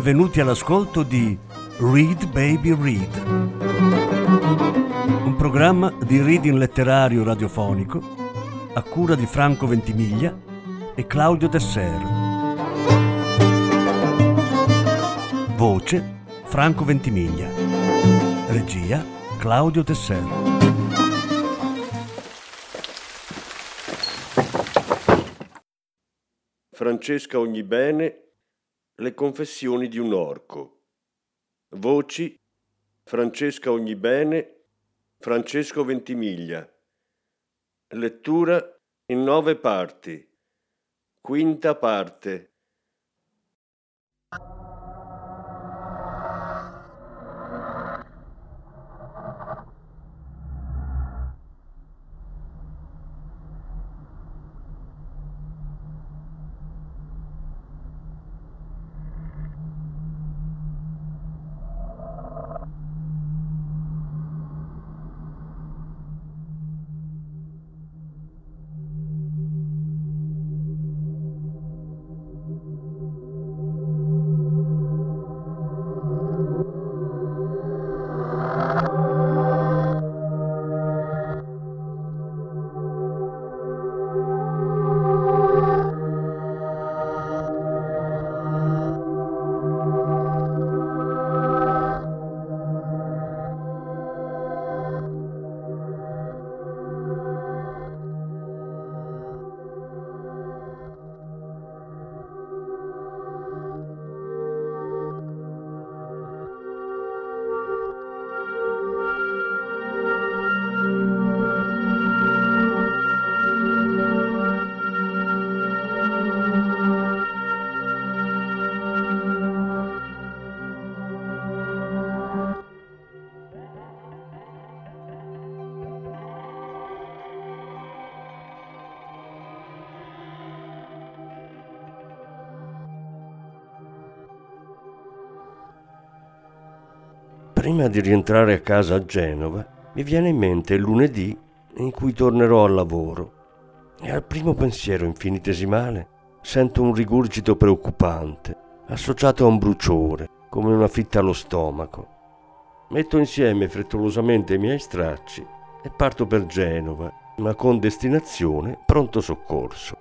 benvenuti all'ascolto di Read Baby Read, un programma di reading letterario radiofonico a cura di Franco Ventimiglia e Claudio Desser. Voce Franco Ventimiglia. Regia Claudio Desser. Francesca Ognibene, Le confessioni di un orco. Voci Francesca Ognibene, Francesco Ventimiglia. Lettura in 9 parti. Quinta parte. Prima di rientrare a casa a Genova, mi viene in mente il lunedì in cui tornerò al lavoro e al primo pensiero infinitesimale sento un rigurgito preoccupante, associato a un bruciore, come una fitta allo stomaco. Metto insieme frettolosamente i miei stracci e parto per Genova, ma con destinazione pronto soccorso.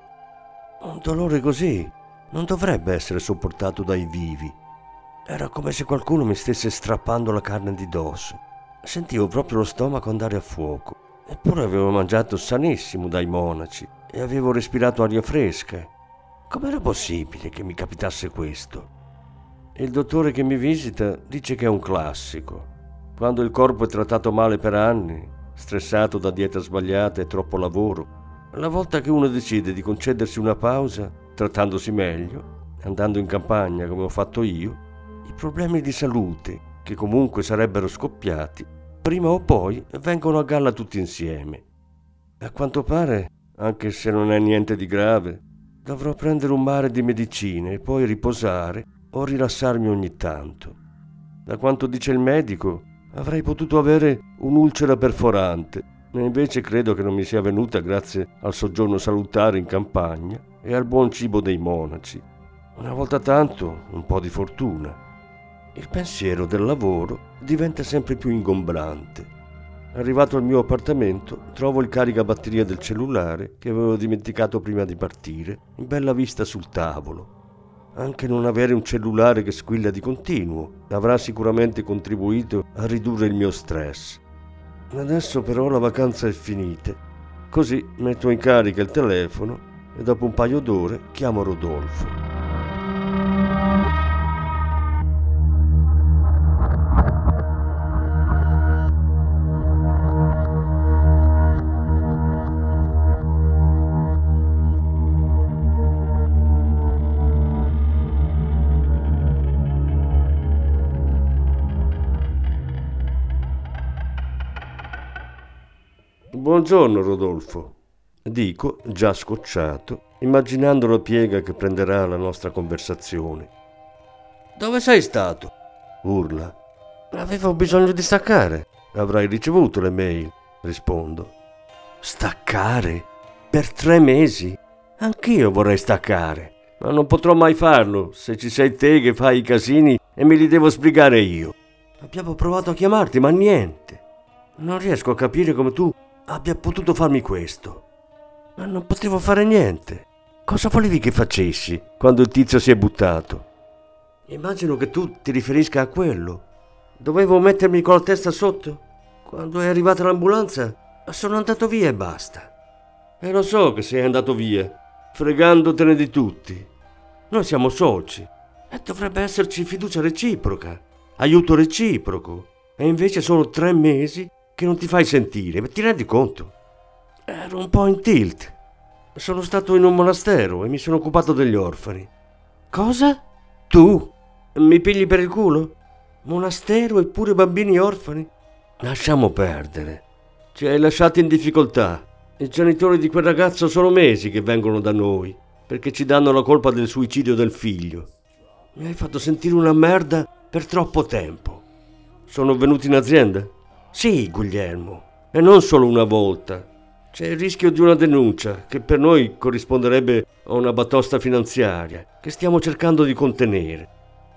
Un dolore così non dovrebbe essere sopportato dai vivi. Era come se qualcuno mi stesse strappando la carne di dosso. Sentivo proprio lo stomaco andare a fuoco. Eppure avevo mangiato sanissimo dai monaci e avevo respirato aria fresca. Com'era possibile che mi capitasse questo? Il dottore che mi visita dice che è un classico. Quando il corpo è trattato male per anni, stressato da dieta sbagliata e troppo lavoro, la volta che uno decide di concedersi una pausa, trattandosi meglio, andando in campagna come ho fatto io, i problemi di salute, che comunque sarebbero scoppiati, prima o poi vengono a galla tutti insieme. A quanto pare, anche se non è niente di grave, dovrò prendere un mare di medicine e poi riposare o rilassarmi ogni tanto. Da quanto dice il medico, avrei potuto avere un'ulcera perforante, e invece credo che non mi sia venuta grazie al soggiorno salutare in campagna e al buon cibo dei monaci. Una volta tanto, un po' di fortuna. Il pensiero del lavoro diventa sempre più ingombrante. Arrivato al mio appartamento, trovo il caricabatterie del cellulare che avevo dimenticato prima di partire, in bella vista sul tavolo. Anche non avere un cellulare che squilla di continuo avrà sicuramente contribuito a ridurre il mio stress. Adesso però la vacanza è finita. Così metto in carica il telefono e dopo un paio d'ore chiamo Rodolfo. Buongiorno Rodolfo, dico, già scocciato, immaginando la piega che prenderà la nostra conversazione. Dove sei stato? Urla. Avevo bisogno di staccare. Avrai ricevuto le mail, rispondo. Staccare? Per 3 mesi? Anch'io vorrei staccare. Ma non potrò mai farlo se ci sei te che fai i casini e me li devo sbrigare io. Abbiamo provato a chiamarti, ma niente. Non riesco a capire come tu abbia potuto farmi questo. Ma non potevo fare niente. Cosa volevi che facessi quando il tizio si è buttato? Immagino che tu ti riferisca a quello. Dovevo mettermi con la testa sotto? Quando è arrivata l'ambulanza sono andato via e basta. E lo so che sei andato via, fregandotene di tutti. Noi siamo soci e dovrebbe esserci fiducia reciproca, aiuto reciproco. E invece sono 3 mesi che non ti fai sentire, ti rendi conto? Ero un po' in tilt. Sono stato in un monastero e mi sono occupato degli orfani. Cosa? Tu? Mi pigli per il culo? Monastero e pure bambini orfani? Lasciamo perdere. Ci hai lasciati in difficoltà. I genitori di quel ragazzo sono mesi che vengono da noi perché ci danno la colpa del suicidio del figlio. Mi hai fatto sentire una merda per troppo tempo. Sono venuti in azienda? Sì, Guglielmo. E non solo una volta. C'è il rischio di una denuncia che per noi corrisponderebbe a una batosta finanziaria che stiamo cercando di contenere.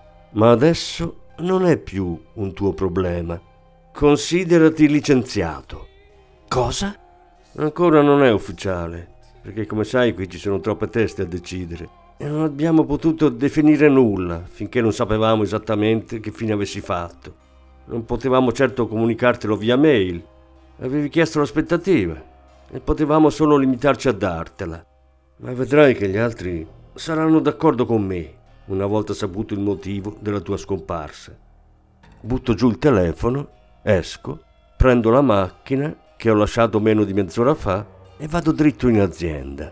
Ma adesso non è più un tuo problema. Considerati licenziato. Cosa? Ancora non è ufficiale, perché come sai qui ci sono troppe teste a decidere e non abbiamo potuto definire nulla finché non sapevamo esattamente che fine avessi fatto. Non potevamo certo comunicartelo via mail. Avevi chiesto l'aspettativa e potevamo solo limitarci a dartela. Ma vedrai che gli altri saranno d'accordo con me una volta saputo il motivo della tua scomparsa. Butto giù il telefono, esco, prendo la macchina che ho lasciato meno di mezz'ora fa e vado dritto in azienda.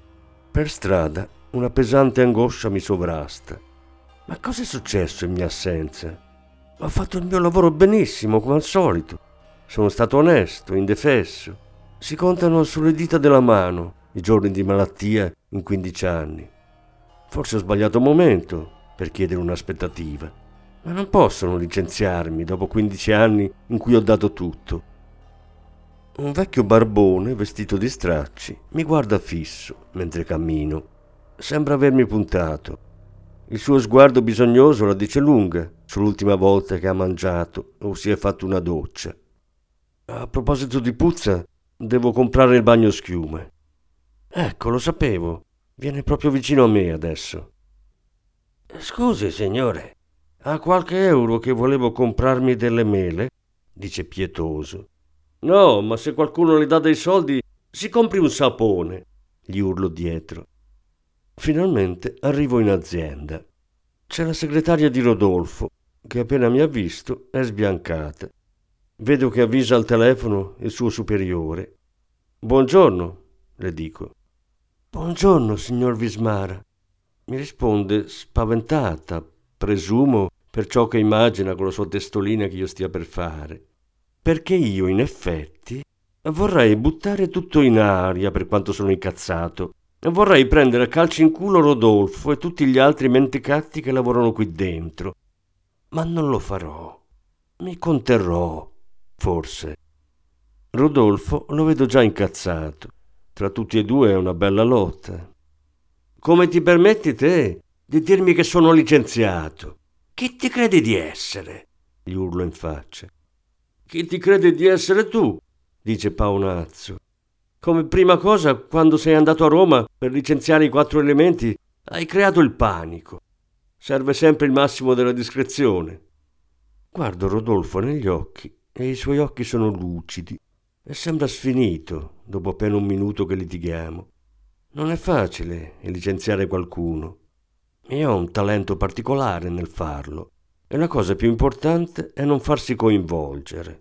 Per strada una pesante angoscia mi sovrasta. Ma cosa è successo in mia assenza? Ho fatto il mio lavoro benissimo, come al solito. Sono stato onesto, indefesso. Si contano sulle dita della mano i giorni di malattia in 15 anni. Forse ho sbagliato momento per chiedere un'aspettativa, ma non possono licenziarmi dopo 15 anni in cui ho dato tutto. Un vecchio barbone vestito di stracci mi guarda fisso mentre cammino. Sembra avermi puntato. Il suo sguardo bisognoso la dice lunga sull'ultima volta che ha mangiato o si è fatto una doccia. A proposito di puzza, devo comprare il bagnoschiuma. Ecco, lo sapevo. Viene proprio vicino a me adesso. Scusi, signore, ha qualche euro che volevo comprarmi delle mele? Dice pietoso. No, ma se qualcuno le dà dei soldi, si compri un sapone, gli urlo dietro. Finalmente arrivo in azienda. C'è la segretaria di Rodolfo, che appena mi ha visto è sbiancata. Vedo che avvisa al telefono il suo superiore. Buongiorno, le dico. Buongiorno, signor Vismara. Mi risponde spaventata, presumo per ciò che immagina con la sua testolina che io stia per fare. Perché io, in effetti, vorrei buttare tutto in aria per quanto sono incazzato. Vorrei prendere a calci in culo Rodolfo e tutti gli altri mentecatti che lavorano qui dentro. Ma non lo farò. Mi conterrò, forse. Rodolfo lo vedo già incazzato. Tra tutti e due è una bella lotta. Come ti permetti te di dirmi che sono licenziato? Chi ti credi di essere? Gli urlo in faccia. Chi ti crede di essere tu? Dice Paonazzo. Come prima cosa, quando sei andato a Roma per licenziare i 4 elementi, hai creato il panico. Serve sempre il massimo della discrezione. Guardo Rodolfo negli occhi e i suoi occhi sono lucidi e sembra sfinito dopo appena un minuto che litighiamo. Non è facile licenziare qualcuno. Io ho un talento particolare nel farlo e la cosa più importante è non farsi coinvolgere.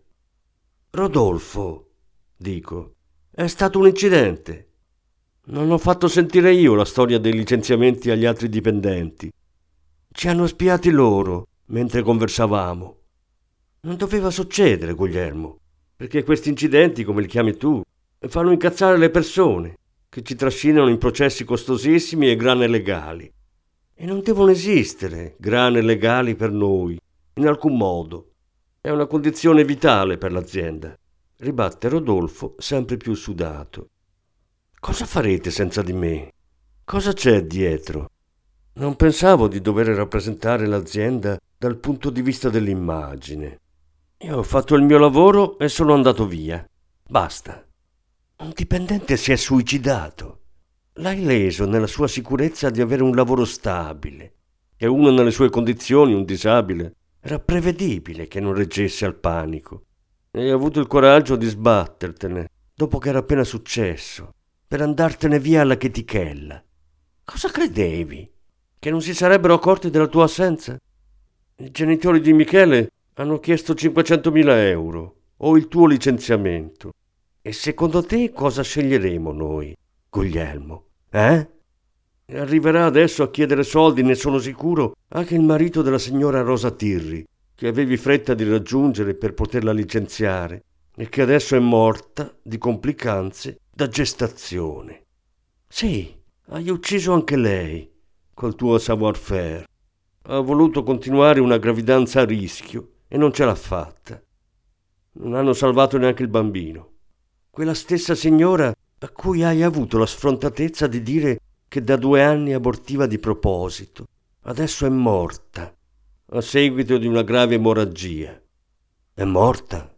Rodolfo, dico, è stato un incidente. Non ho fatto sentire io la storia dei licenziamenti agli altri dipendenti. Ci hanno spiati loro mentre conversavamo. Non doveva succedere, Guglielmo, perché questi incidenti, come li chiami tu, fanno incazzare le persone, che ci trascinano in processi costosissimi e grane legali. E non devono esistere grane legali per noi, in alcun modo. È una condizione vitale per l'azienda. Ribatte Rodolfo, sempre più sudato. Cosa farete senza di me? Cosa c'è dietro? Non pensavo di dover rappresentare l'azienda dal punto di vista dell'immagine. Io ho fatto il mio lavoro e sono andato via. Basta. Un dipendente si è suicidato. L'hai leso nella sua sicurezza di avere un lavoro stabile. E uno nelle sue condizioni, un disabile, era prevedibile che non reggesse al panico. E hai avuto il coraggio di sbattertene, dopo che era appena successo, per andartene via alla chetichella. Cosa credevi? Che non si sarebbero accorti della tua assenza? I genitori di Michele hanno chiesto 500.000 euro o il tuo licenziamento. E secondo te cosa sceglieremo noi, Guglielmo? E arriverà adesso a chiedere soldi, ne sono sicuro, anche il marito della signora Rosa Tirri, che avevi fretta di raggiungere per poterla licenziare e che adesso è morta di complicanze da gestazione. Sì, hai ucciso anche lei col tuo savoir-faire. Ha voluto continuare una gravidanza a rischio e non ce l'ha fatta. Non hanno salvato neanche il bambino. Quella stessa signora a cui hai avuto la sfrontatezza di dire che da 2 anni abortiva di proposito, adesso è morta, a seguito di una grave emorragia. È morta?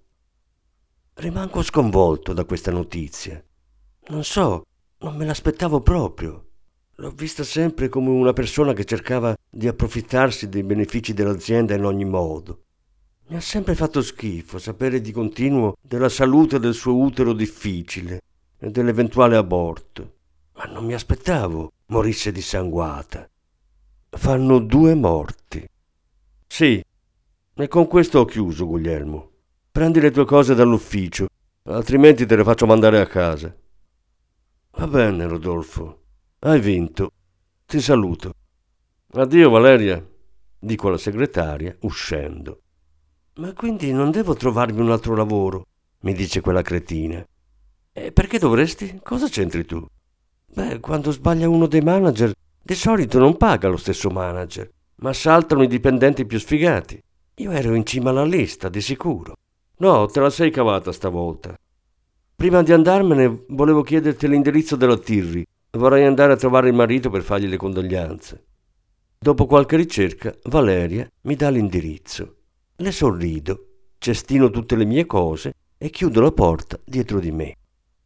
Rimango sconvolto da questa notizia. Non so, non me l'aspettavo proprio. L'ho vista sempre come una persona che cercava di approfittarsi dei benefici dell'azienda in ogni modo. Mi ha sempre fatto schifo sapere di continuo della salute del suo utero difficile e dell'eventuale aborto, ma non mi aspettavo morisse dissanguata. Fanno 2 morti. Sì, e con questo ho chiuso, Guglielmo. Prendi le tue cose dall'ufficio, altrimenti te le faccio mandare a casa. Va bene, Rodolfo. Hai vinto. Ti saluto. Addio, Valeria, dico alla segretaria, uscendo. Ma quindi non devo trovarmi un altro lavoro, mi dice quella cretina. E perché dovresti? Cosa c'entri tu? Beh, quando sbaglia uno dei manager, di solito non paga lo stesso manager, ma saltano i dipendenti più sfigati. Io ero in cima alla lista, di sicuro. No, te la sei cavata stavolta. Prima di andarmene volevo chiederti l'indirizzo della Tirri. Vorrei andare a trovare il marito per fargli le condoglianze. Dopo qualche ricerca, Valeria mi dà l'indirizzo. Le sorrido, cestino tutte le mie cose e chiudo la porta dietro di me.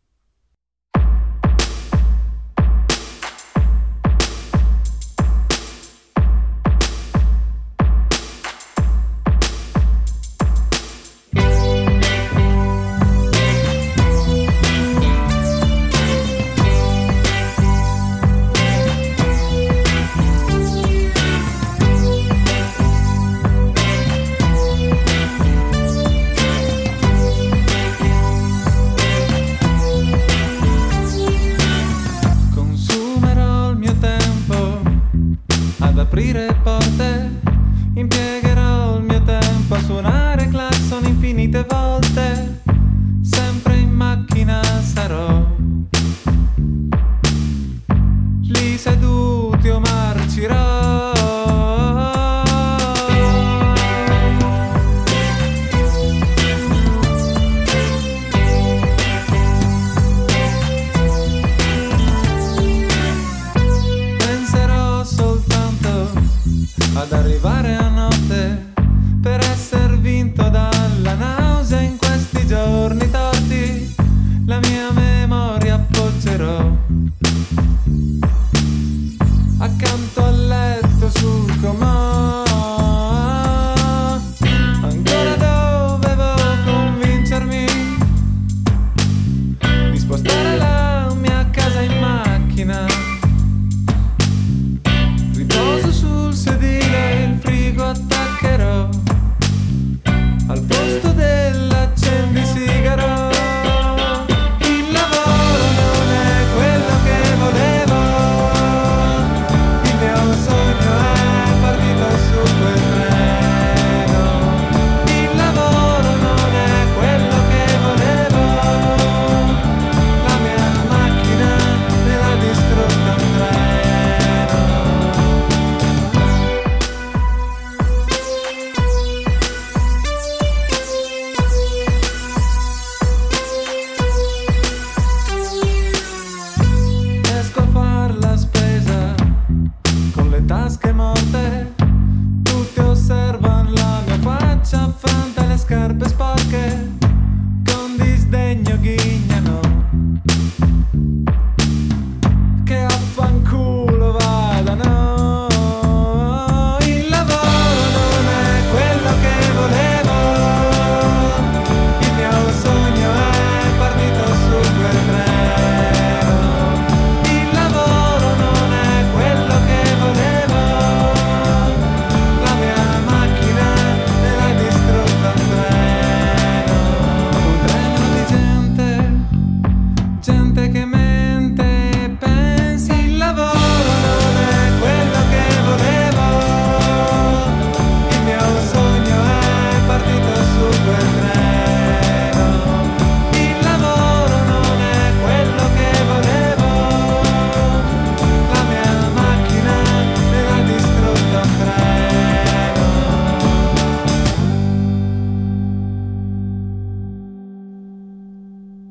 Aprire porte, impiegherò il mio tempo a suonare clacson infinite volte, sempre in macchina sarò, lì seduti o marcirò. Ad arrivare a notte per esser vinto dalla nausea in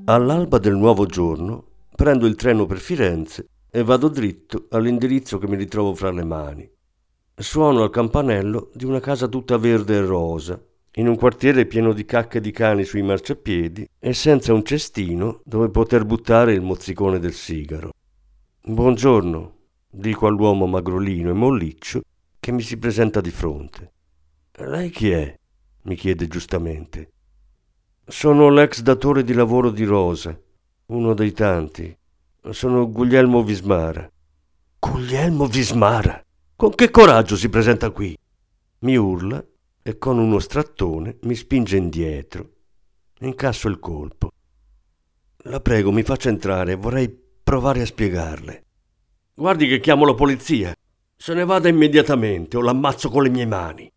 All'alba del nuovo giorno prendo il treno per Firenze e vado dritto all'indirizzo che mi ritrovo fra le mani. Suono al campanello di una casa tutta verde e rosa, in un quartiere pieno di cacche di cani sui marciapiedi e senza un cestino dove poter buttare il mozzicone del sigaro. «Buongiorno», dico all'uomo magrolino e molliccio che mi si presenta di fronte. «Lei chi è?» mi chiede giustamente. «Sono l'ex datore di lavoro di Rosa, uno dei tanti. Sono Guglielmo Vismara». «Guglielmo Vismara? Con che coraggio si presenta qui?» mi urla e con uno strattone mi spinge indietro. Incasso il colpo. «La prego, mi faccia entrare, vorrei provare a spiegarle». «Guardi che chiamo la polizia. Se ne vada immediatamente o l'ammazzo con le mie mani».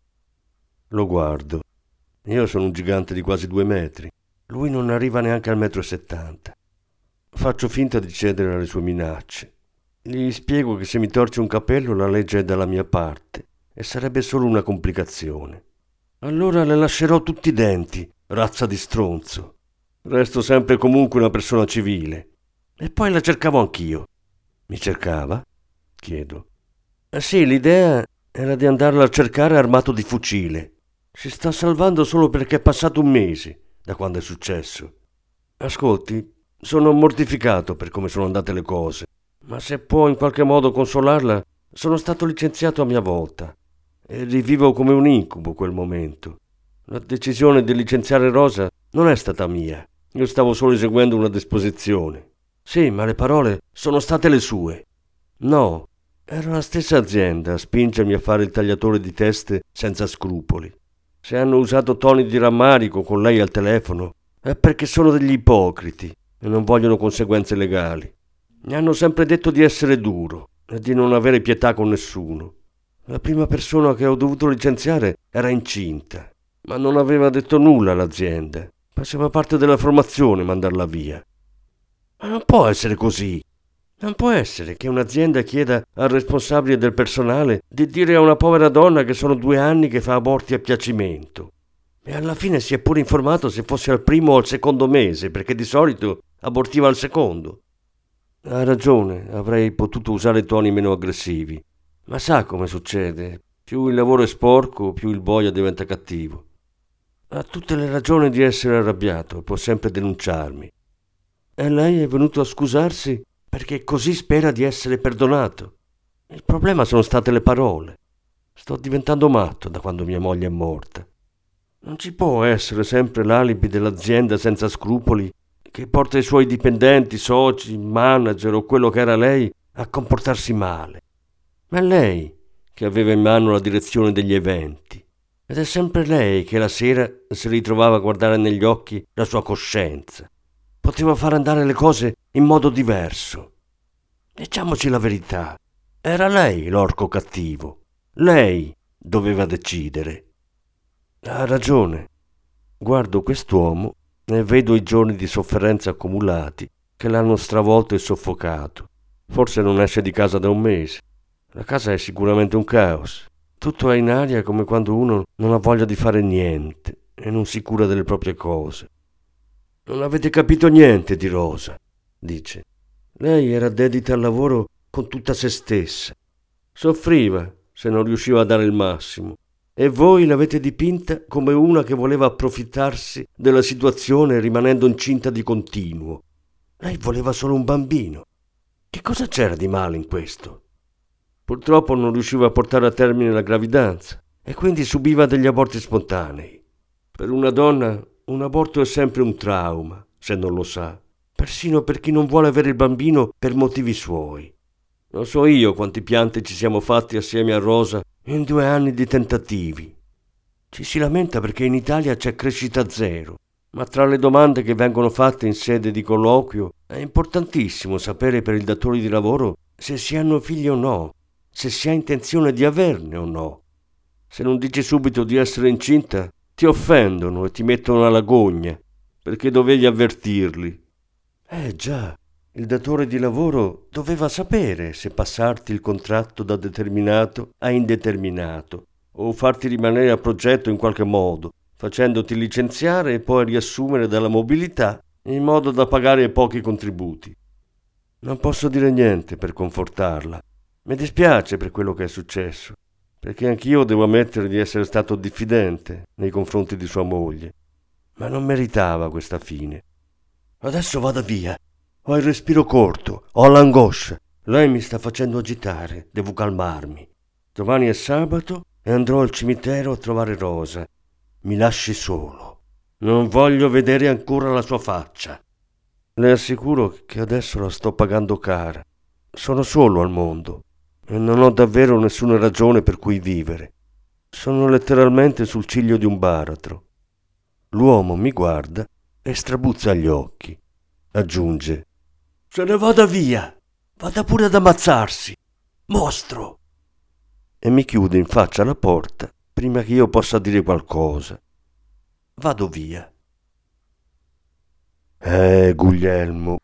Lo guardo. Io sono un gigante di quasi 2 metri. Lui non arriva neanche al 1,70 m. Faccio finta di cedere alle sue minacce. Gli spiego che se mi torce un capello la legge è dalla mia parte e sarebbe solo una complicazione. «Allora le lascerò tutti i denti, razza di stronzo. Resto sempre e comunque una persona civile. E poi la cercavo anch'io». «Mi cercava?» chiedo. «Sì, l'idea era di andarla a cercare armato di fucile. Si sta salvando solo perché è passato un mese da quando è successo. Ascolti, sono mortificato per come sono andate le cose, ma se può in qualche modo consolarla, sono stato licenziato a mia volta e rivivo come un incubo quel momento. La decisione di licenziare Rosa non è stata mia. Io stavo solo eseguendo una disposizione. Sì, ma le parole sono state le sue. No, era la stessa azienda a spingermi a fare il tagliatore di teste senza scrupoli. Se hanno usato toni di rammarico con lei al telefono è perché sono degli ipocriti e non vogliono conseguenze legali. Mi hanno sempre detto di essere duro e di non avere pietà con nessuno. La prima persona che ho dovuto licenziare era incinta, ma non aveva detto nulla all'azienda. Faceva parte della formazione mandarla via. Ma non può essere così. Non può essere che un'azienda chieda al responsabile del personale di dire a una povera donna che sono 2 anni che fa aborti a piacimento. E alla fine si è pure informato se fosse al primo o al secondo mese, perché di solito abortiva al secondo. Ha ragione, avrei potuto usare toni meno aggressivi. Ma sa come succede? Più il lavoro è sporco, più il boia diventa cattivo. Ha tutte le ragioni di essere arrabbiato e può sempre denunciarmi. E lei è venuto a scusarsi perché così spera di essere perdonato. Il problema sono state le parole. Sto diventando matto da quando mia moglie è morta. Non ci può essere sempre l'alibi dell'azienda senza scrupoli che porta i suoi dipendenti, soci, manager o quello che era lei a comportarsi male. Ma è lei che aveva in mano la direzione degli eventi. Ed è sempre lei che la sera si ritrovava a guardare negli occhi la sua coscienza. Poteva far andare le cose in modo diverso. Diciamoci la verità. Era lei l'orco cattivo. Lei doveva decidere. Ha ragione. Guardo quest'uomo e vedo i giorni di sofferenza accumulati che l'hanno stravolto e soffocato. Forse non esce di casa da 1 mese. La casa è sicuramente un caos. Tutto è in aria come quando uno non ha voglia di fare niente e non si cura delle proprie cose. «Non avete capito niente di Rosa», dice. «Lei era dedita al lavoro con tutta se stessa. Soffriva se non riusciva a dare il massimo. E voi l'avete dipinta come una che voleva approfittarsi della situazione rimanendo incinta di continuo. Lei voleva solo un bambino. Che cosa c'era di male in questo? Purtroppo non riusciva a portare a termine la gravidanza e quindi subiva degli aborti spontanei. Per una donna un aborto è sempre un trauma, se non lo sa, persino per chi non vuole avere il bambino per motivi suoi. Non so io quanti pianti ci siamo fatti assieme a Rosa in 2 anni di tentativi. Ci si lamenta perché in Italia c'è crescita zero, ma tra le domande che vengono fatte in sede di colloquio è importantissimo sapere per il datore di lavoro se si hanno figli o no, se si ha intenzione di averne o no. Se non dici subito di essere incinta, ti offendono e ti mettono alla gogna, perché dovevi avvertirli. Già, il datore di lavoro doveva sapere se passarti il contratto da determinato a indeterminato o farti rimanere a progetto in qualche modo, facendoti licenziare e poi riassumere dalla mobilità in modo da pagare i pochi contributi. Non posso dire niente per confortarla. Mi dispiace per quello che è successo, perché anch'io devo ammettere di essere stato diffidente nei confronti di sua moglie, ma non meritava questa fine. Adesso vado via. Ho il respiro corto, ho l'angoscia. Lei mi sta facendo agitare, devo calmarmi. Domani è sabato e andrò al cimitero a trovare Rosa. Mi lasci solo. Non voglio vedere ancora la sua faccia. Le assicuro che adesso la sto pagando cara. Sono solo al mondo e non ho davvero nessuna ragione per cui vivere. Sono letteralmente sul ciglio di un baratro. L'uomo mi guarda e strabuzza gli occhi. Aggiunge: se ne vada via, vada pure ad ammazzarsi, mostro! E mi chiude in faccia la porta prima che io possa dire qualcosa. Vado via. Guglielmo,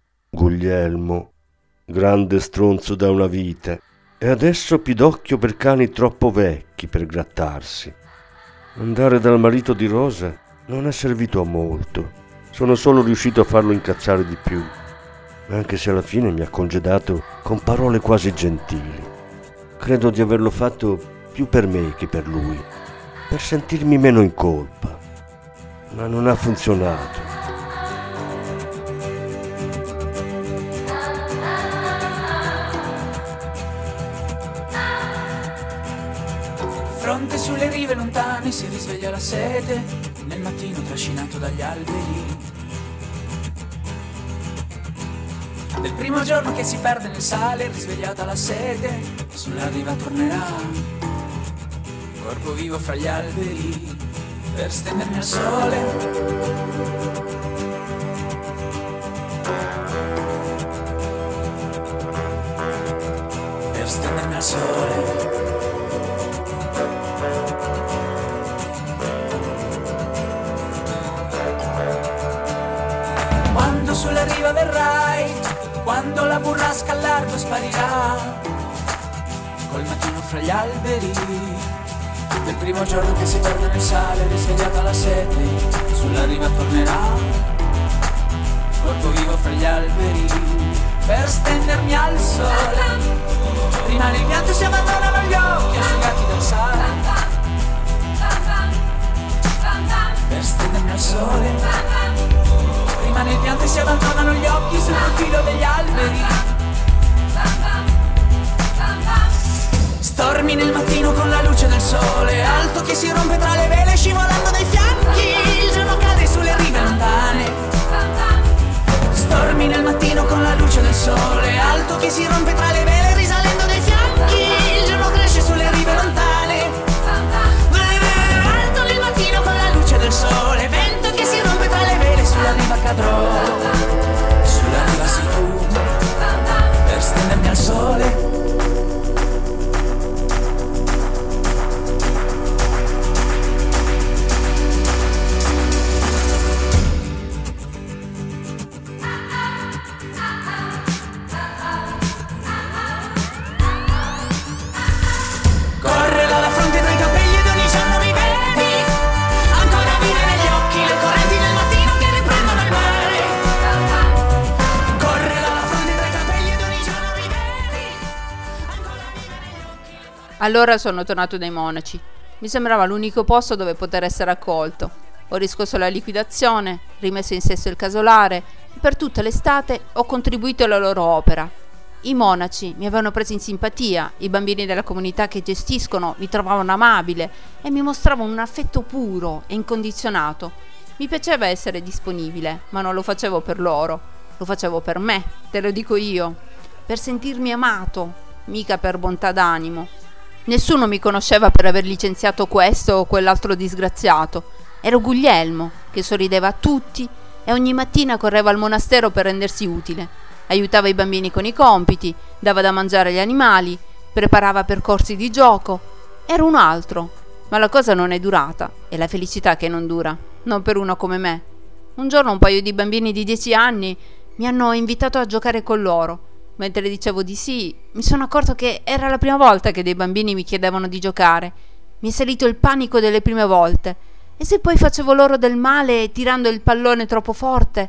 grande stronzo da una vita, e adesso pidocchio per cani troppo vecchi per grattarsi. Andare dal marito di Rosa non è servito a molto. Sono solo riuscito a farlo incazzare di più, anche se alla fine mi ha congedato con parole quasi gentili. Credo di averlo fatto più per me che per lui, per sentirmi meno in colpa, ma non ha funzionato. Fronte sulle rive lontane si risveglia la sete, nel mattino trascinato dagli alberi. Del primo giorno che si perde nel sale, risvegliata la sete, sulla riva tornerà. Corpo vivo fra gli alberi, per stendermi al sole. Per stendermi al sole. Quando sulla riva verrai, quando la burrasca al largo sparirà, col mattino fra gli alberi, del primo giorno che si perde nel sale, risvegliata la sete, sulla riva tornerà, corpo vivo fra gli alberi, per stendermi al sole. Rimane il pianto e si abbandonano gli occhi asciugati dal sale, per stendermi al sole. Rimane il pianto e si abbandonano gli occhi sul profilo degli alberi. Stormi nel mattino con la luce del sole, alto che si rompe tra le vele scivolando dai fianchi, il giorno cade sulle rive lontane. Stormi nel mattino con la luce del sole, alto che si rompe tra le vele risalendo dai fianchi, il giorno cresce sulle rive lontane. Alto nel mattino con la luce del sole, vento che si rompe tra le vele, sulla riva cadrò, sulla riva sei tu, per stendermi al sole. Allora sono tornato dai monaci. Mi sembrava l'unico posto dove poter essere accolto. Ho riscosso la liquidazione, rimesso in sesto il casolare e per tutta l'estate ho contribuito alla loro opera. I monaci mi avevano preso in simpatia, i bambini della comunità che gestiscono mi trovavano amabile e mi mostravano un affetto puro e incondizionato. Mi piaceva essere disponibile, ma non lo facevo per loro, lo facevo per me, te lo dico io, per sentirmi amato, mica per bontà d'animo. Nessuno mi conosceva per aver licenziato questo o quell'altro disgraziato. Ero Guglielmo, che sorrideva a tutti e ogni mattina correva al monastero per rendersi utile. Aiutava i bambini con i compiti, dava da mangiare agli animali, preparava percorsi di gioco. Ero un altro, ma la cosa non è durata, è la felicità che non dura, non per uno come me. Un giorno un paio di bambini di 10 anni mi hanno invitato a giocare con loro. Mentre dicevo di sì, mi sono accorto che era la prima volta che dei bambini mi chiedevano di giocare. Mi è salito il panico delle prime volte. E se poi facevo loro del male tirando il pallone troppo forte?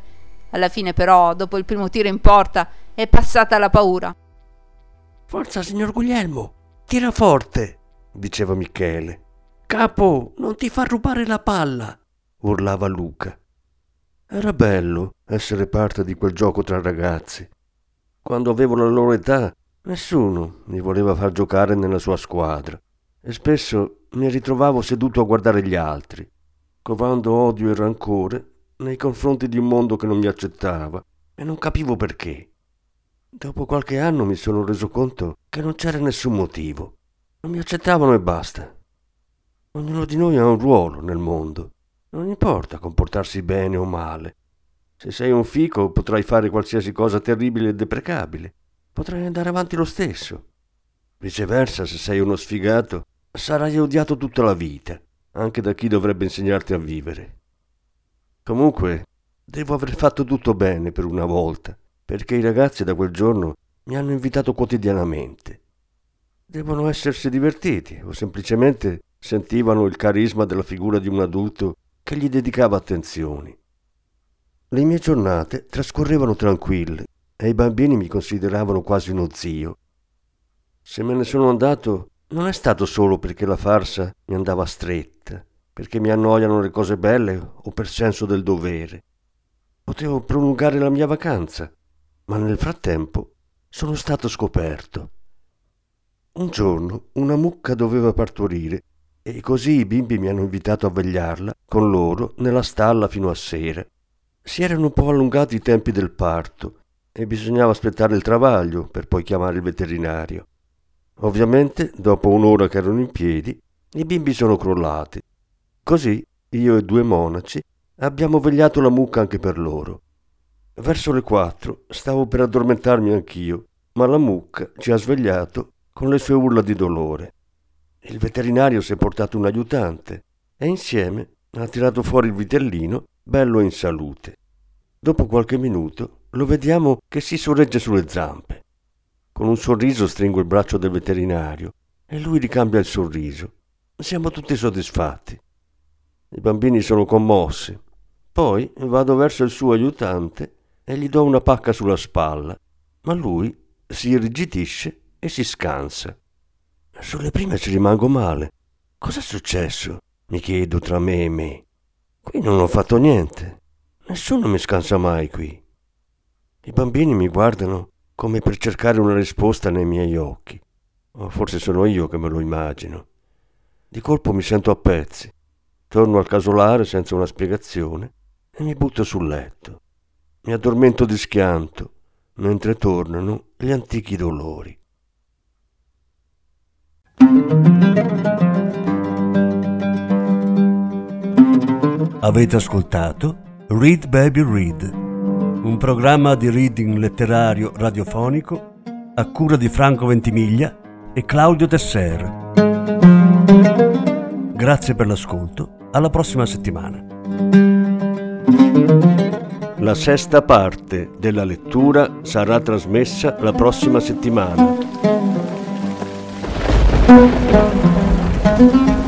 Alla fine però, dopo il primo tiro in porta, è passata la paura. «Forza, signor Guglielmo, tira forte», diceva Michele. «Capo, non ti fa rubare la palla», urlava Luca. Era bello essere parte di quel gioco tra ragazzi. Quando avevo la loro età, nessuno mi voleva far giocare nella sua squadra e spesso mi ritrovavo seduto a guardare gli altri, covando odio e rancore nei confronti di un mondo che non mi accettava e non capivo perché. Dopo qualche anno mi sono reso conto che non c'era nessun motivo. Non mi accettavano e basta. Ognuno di noi ha un ruolo nel mondo. Non importa comportarsi bene o male. Se sei un fico potrai fare qualsiasi cosa terribile e deprecabile. Potrai andare avanti lo stesso. Viceversa, se sei uno sfigato, sarai odiato tutta la vita, anche da chi dovrebbe insegnarti a vivere. Comunque, devo aver fatto tutto bene per una volta, perché i ragazzi da quel giorno mi hanno invitato quotidianamente. Devono essersi divertiti o semplicemente sentivano il carisma della figura di un adulto che gli dedicava attenzioni. Le mie giornate trascorrevano tranquille e i bambini mi consideravano quasi uno zio. Se me ne sono andato non è stato solo perché la farsa mi andava stretta, perché mi annoiano le cose belle o per senso del dovere. Potevo prolungare la mia vacanza, ma nel frattempo sono stato scoperto. Un giorno una mucca doveva partorire e così i bimbi mi hanno invitato a vegliarla con loro nella stalla fino a sera. Si erano un po' allungati i tempi del parto e bisognava aspettare il travaglio per poi chiamare il veterinario. Ovviamente, dopo un'ora che erano in piedi, i bimbi sono crollati. Così io e 2 monaci abbiamo vegliato la mucca anche per loro. Verso le 4 stavo per addormentarmi anch'io, ma la mucca ci ha svegliato con le sue urla di dolore. Il veterinario si è portato un aiutante e insieme ha tirato fuori il vitellino bello e in salute. Dopo qualche minuto lo vediamo che si sorregge sulle zampe. Con un sorriso stringo il braccio del veterinario e lui ricambia il sorriso. Siamo tutti soddisfatti. I bambini sono commossi. Poi vado verso il suo aiutante e gli do una pacca sulla spalla, ma lui si irrigidisce e si scansa. Sulle prime ci rimango male. Cos'è successo? Mi chiedo tra me e me. Qui non ho fatto niente. Nessuno mi scansa mai qui. I bambini mi guardano come per cercare una risposta nei miei occhi. O forse sono io che me lo immagino. Di colpo mi sento a pezzi. Torno al casolare senza una spiegazione e mi butto sul letto. Mi addormento di schianto mentre tornano gli antichi dolori. Avete ascoltato Read Baby Read, un programma di reading letterario radiofonico a cura di Franco Ventimiglia e Claudio Tesser. Grazie per l'ascolto, alla prossima settimana. La 6ª parte della lettura sarà trasmessa la prossima settimana.